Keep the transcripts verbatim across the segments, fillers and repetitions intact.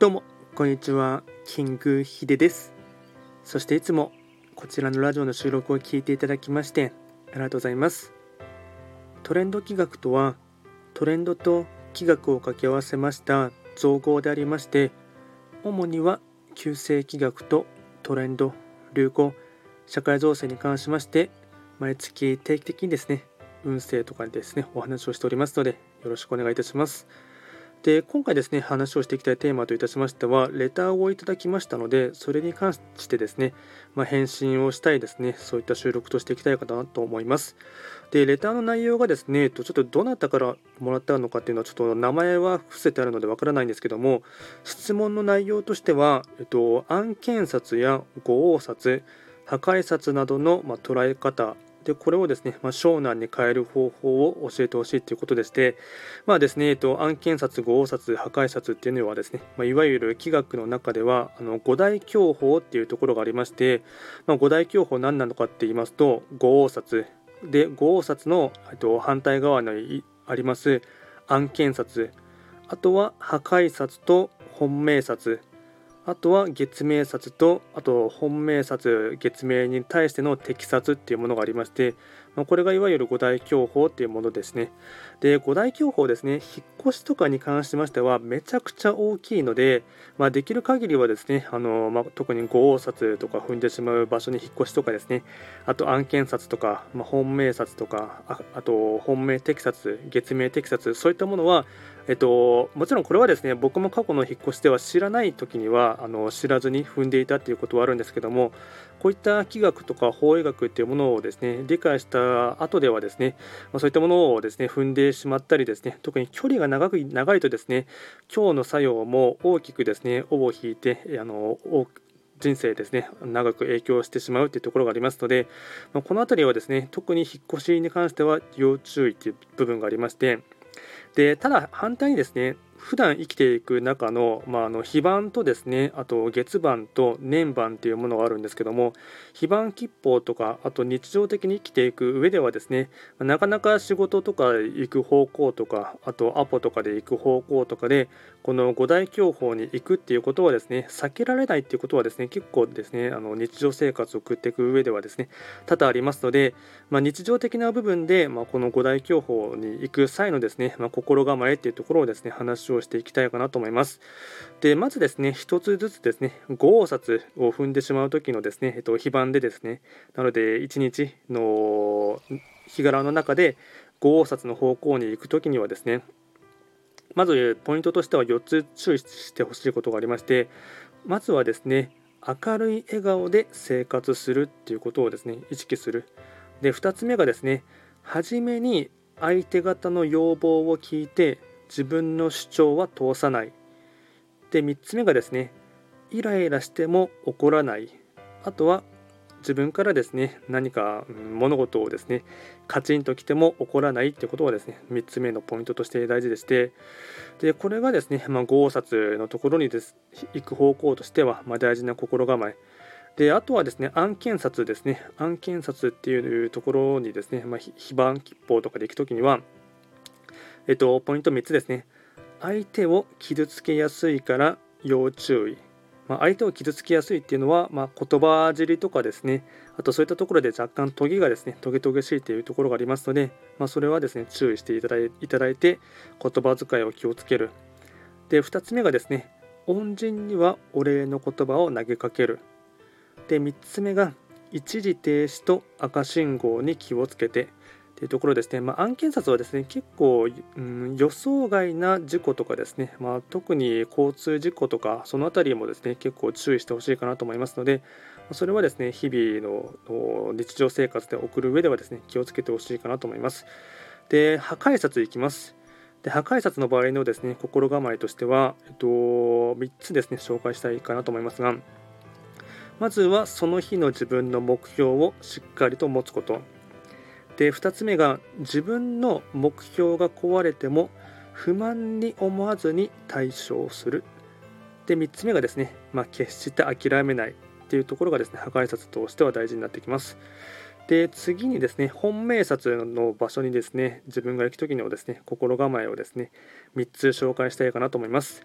どうもこんにちは、キングヒデです。そしていつもこちらのラジオの収録を聞いていただきましてありがとうございます。トレンド企画とは、トレンドと企画を掛け合わせました造語でありまして、主には旧世企画とトレンド、流行、社会情勢に関しまして毎月定期的にですね、運勢とかにですねお話をしておりますので、よろしくお願いいたします。で今回ですね、話をしていきたいテーマといたしましては、レターをいただきましたので、それに関してですね、まあ、返信をしたいですね、そういった収録としていきたいかなと思います。で、レターの内容がですね、ちょっとどなたからもらったのかっていうのは、ちょっと名前は伏せてあるのでわからないんですけども、質問の内容としては、えっと、案件札や五王札、破壊札などの、まあ、捉え方、でこれをですね、まあ、小難に変える方法を教えてほしいということでして、まあですね、えっと、案件札、五王札、破壊札っていうのはですね、まあ、いわゆる気学の中ではあの五大教法っていうところがありまして、まあ、五大教法何なのかって言いますと、五王札で、五王札の、えっと、反対側にあります案件札、あとは破壊札と本命札、あとは月命札と、あと本命札、月命に対しての適札っていうものがありまして、まあ、これがいわゆる五大教法っていうものですね。で、五大教法ですね、引っ越しとかに関しましてはめちゃくちゃ大きいので、まあ、できる限りはですね、あのまあ、特に五王札とか踏んでしまう場所に引っ越しとかですね、あと案件札とか、まあ、本命札とか、ああと本命適札、月命適札、そういったものは、えっと、もちろんこれはですね、僕も過去の引っ越しでは知らない時にはあの知らずに踏んでいたということはあるんですけども、こういった気学とか法医学っていうものをですね理解した後ではですね、まあ、そういったものをですね踏んでしまったりですね、特に距離が長く長いとですね、今日の作用も大きくですね尾を引いてあの人生ですね長く影響してしまうというところがありますので、まあ、この辺りはですね特に引っ越しに関しては要注意という部分がありまして、でただ反対にですね、普段生きていく中の、まあ、あの非番とですね、あと月番と年番っていうものがあるんですけども、非番吉報とか、あと日常的に生きていく上ではですね、なかなか仕事とか行く方向とか、あとアポとかで行く方向とかで、この五大教法に行くっていうことはですね、避けられないっていうことはですね、結構ですね、あの日常生活を送っていく上ではですね、多々ありますので、まあ、日常的な部分で、まあ、この五大教法に行く際のですね、まあ、心構えっていうところをですね、話をしていきたいかなと思います。で、まずですね、一つずつですね、五王札を踏んでしまう時のですね、えっと、非番でですね、なので、一日の日柄の中で五王札の方向に行く時にはですね、まずポイントとしてはよっつ注意してほしいことがありまして、まずはですね、明るい笑顔で生活するっていうことをですね、意識する。で、ふたつめがですね、初めに相手方の要望を聞いて自分の主張は通さない。で、みっつめがですね、イライラしても怒らない。あとは自分からですね、何か物事をですね、カチンときても怒らないってことがですね、みっつめのポイントとして大事でして、で、これがですね、まあ、五冊のところにです行く方向としては、まあ、大事な心構え。で、あとはですね、案件札ですね、案件札っていうところにですね、まあ、非番吉報とかで行くときには、えっと、ポイントみっつですね。相手を傷つけやすいから要注意。まあ、相手を傷つけやすいっていうのは、まあ、言葉尻とかですね、あとそういったところで若干トゲがですね、トゲトゲしいというところがありますので、まあ、それはですね、注意していただいいただいて、言葉遣いを気をつける。で、ふたつめがですね、恩人にはお礼の言葉を投げかける。で、みっつめが一時停止と赤信号に気をつけて。というところですね、まあ、案件札はですね結構、うん、予想外な事故とかですね、まあ、特に交通事故とかそのあたりもですね結構注意してほしいかなと思いますので、それはですね日々の日常生活で送る上ではですね気をつけてほしいかなと思います。で、破壊札いきます。で、破壊札の場合のですね心構えとしては、えっと、みっつですね紹介したいかなと思いますが、まずはその日の自分の目標をしっかりと持つこと。で、ふたつめが自分の目標が壊れても不満に思わずに対処する。で、みっつめがですね、まあ、決して諦めないっていうところがですね、破壊札としては大事になってきます。で、次にですね、本命札の場所にですね、自分が行くときのですね、心構えをですね、みっつ紹介したいかなと思います。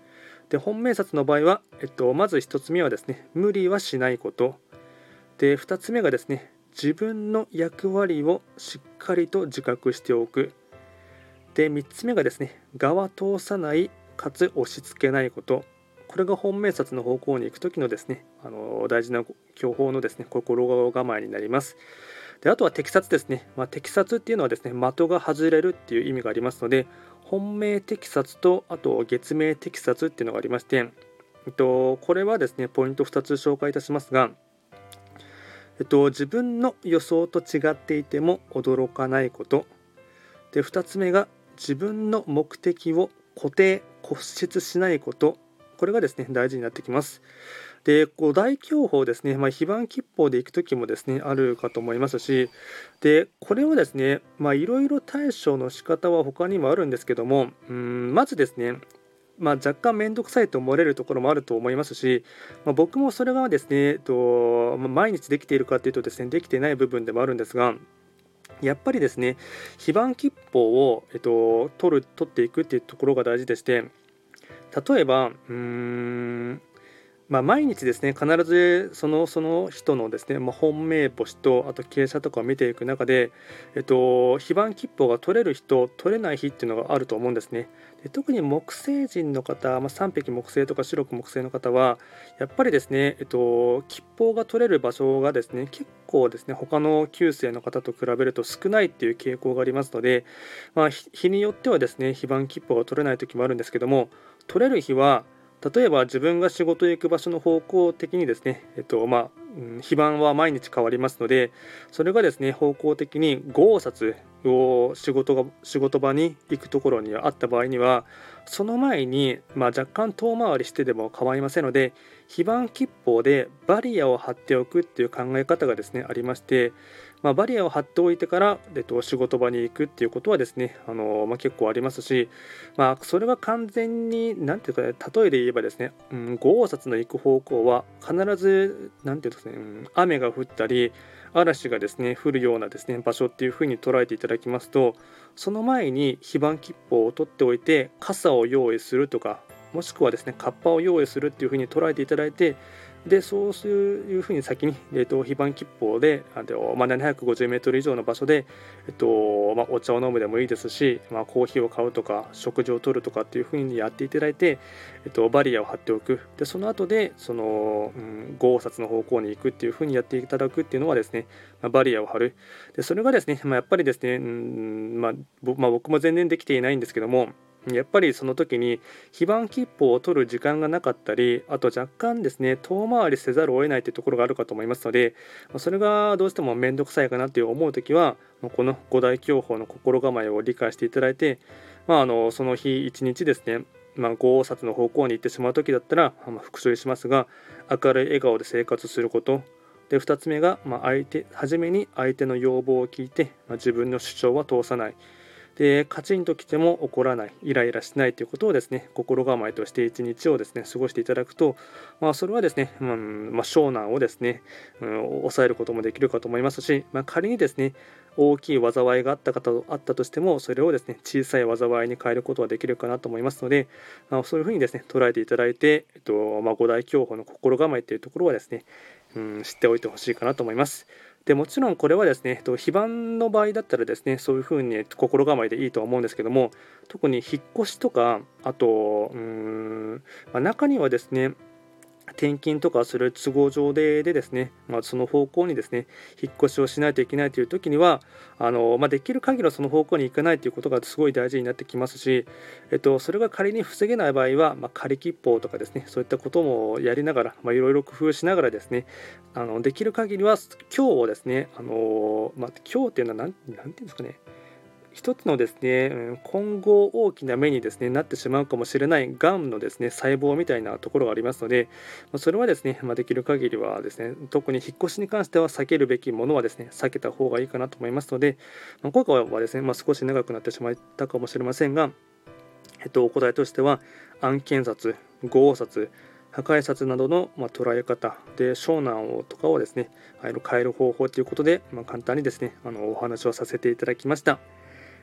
で本命札の場合は、えっと、まずひとつめはですね、無理はしないこと。でふたつめがですね、自分の役割をしっかりと自覚しておく。でみっつめがですね、我は通さないかつ押し付けないこと。これが本命札の方向に行く時のですね、あの大事な教法のですね、心構えになります。であとは適殺ですね、まあ、適殺っていうのはですね、的が外れるっていう意味がありますので、本命適殺とあと月命適殺っていうのがありまして、えっと、これはですね、ポイントふたつ紹介いたしますが、えっと、自分の予想と違っていても驚かないこと。でふたつめが自分の目的を固定固執しないこと。これがですね、大事になってきます。で五大教法ですね、まあ、非番吉報で行く時もですね、あるかと思いますし、でこれはですね、まあいろいろ対処の仕方は他にもあるんですけども、うんまずですね、まあ、若干面倒くさいと思われるところもあると思いますし、まあ、僕もそれがですね、えっとまあ、毎日できているかというとですね、できていない部分でもあるんですが、やっぱりですね、非番吉報を、えっと、取る取っていくっていうところが大事でして、例えばうーんまあ、毎日ですね、必ずそのその人のですね、まあ、本命星とあと傾斜とかを見ていく中で、えっと、非番吉報が取れる日と取れない日っていうのがあると思うんですね。で特に木星人の方、まあ、さん匹木星とか白く木星の方はやっぱりですね、えっと、吉報が取れる場所がですね、結構ですね、他のきゅう星の方と比べると少ないっていう傾向がありますので、まあ、日によってはですね、非番吉報が取れない時もあるんですけども、取れる日は例えば自分が仕事へ行く場所の方向的にですね、えっとまあ、うん非番は毎日変わりますので、それがですね、方向的にご札を仕事が仕事場に行くところにあった場合には、その前に、まあ、若干遠回りしてでも構いませんので、非番吉報でバリアを張っておくっていう考え方がですね、ありまして、まあ、バリアを張っておいてから、えっと、仕事場に行くっていうことはですね、あのまあ、結構ありますし、まあ、それは完全に何ていうか、ね、例えで言えばですね、うん、ご札の行く方向は必ず何ていうんですかね、うん、雨が降ったり嵐がですね降るようなですね場所っていうふうに捉えていただきますと、その前に非番吉報を取っておいて傘を用意するとか、もしくはですねカッパを用意するっていうふうに捉えていただいて、でそういうふうに先に、えー、と非番吉報であの、まあ、ななひゃくごじゅうメートル以上の場所で、えっとまあ、お茶を飲むでもいいですし、まあ、コーヒーを買うとか食事をとるとかっていうふうにやっていただいて、えっと、バリアを張っておく。でその後でその、うん、ご札の方向に行くっていうふうにやっていただくっていうのはですね、まあ、バリアを張る。でそれがですね、まあ、やっぱりですね、うんまあまあ、僕も全然できていないんですけども、やっぱりその時に非番吉報を取る時間がなかったり、あと若干ですね遠回りせざるを得ないというところがあるかと思いますので、それがどうしても面倒くさいかなという思う時は、この五大教法の心構えを理解していただいて、まあ、あのその日一日ですね、まあ、ご札の方向に行ってしまう時だったら、まあ、復習しますが、明るい笑顔で生活すること。でふたつめが、まあ、相手初めに相手の要望を聞いて、まあ、自分の主張は通さない。でカチンときても怒らない、イライラしないということをですね、心構えとして一日をですね過ごしていただくと、まあ、それはですね、うんまあ、湘南をですね、うん、抑えることもできるかと思いますし、まあ、仮にですね大きい災いがあった方あったとしても、それをですね小さい災いに変えることはできるかなと思いますので、まあ、そういうふうにですね捉えていただいて、えっとまあ、五大教法の心構えというところはですね、うん、知っておいてほしいかなと思います。でもちろんこれはですね、非番の場合だったらですね、そういうふうに心構えでいいとは思うんですけども、特に引っ越しとか、あと、うーん、まあ、中にはですね、転勤とかする都合上ででですね、まあ、その方向にですね引っ越しをしないといけないという時には、あの、まあ、できる限りはその方向に行かないということがすごい大事になってきますし、えっと、それが仮に防げない場合は、まあ、仮切符とかですね、そういったこともやりながら、まあ、いろいろ工夫しながらですね、あのできる限りは今日をですね、あの、まあ、今日っていうのは何、なんていうんですかね、一つのですね、今後大きな目にですねなってしまうかもしれないがんのですね細胞みたいなところがありますので、それはですね、まあ、できる限りはですね、特に引っ越しに関しては避けるべきものはですね避けた方がいいかなと思いますので、まあ、今回はですね、まあ、少し長くなってしまったかもしれませんが、えっと、お答えとしては案件札、合札、破壊札などの、まあ、捉え方で湘南をとかをですね変える方法ということで、まあ、簡単にですねあのお話をさせていただきました。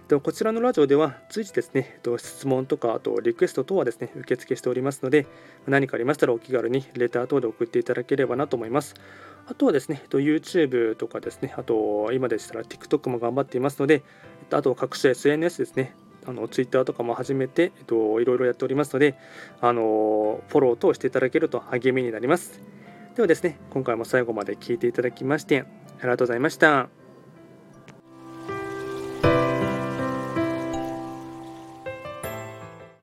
とこちらのラジオでは随時ですね、と質問とかあとリクエスト等はですね受付しておりますので、何かありましたらお気軽にレター等で送っていただければなと思います。あとはですね、と YouTube とかですね、あと今でしたら TikTok も頑張っていますので、あと各種 エスエヌエス ですね、あの Twitter とかも始めて、えっと、いろいろやっておりますので、あのフォロー等していただけると励みになります。ではですね、今回も最後まで聞いていただきましてありがとうございました。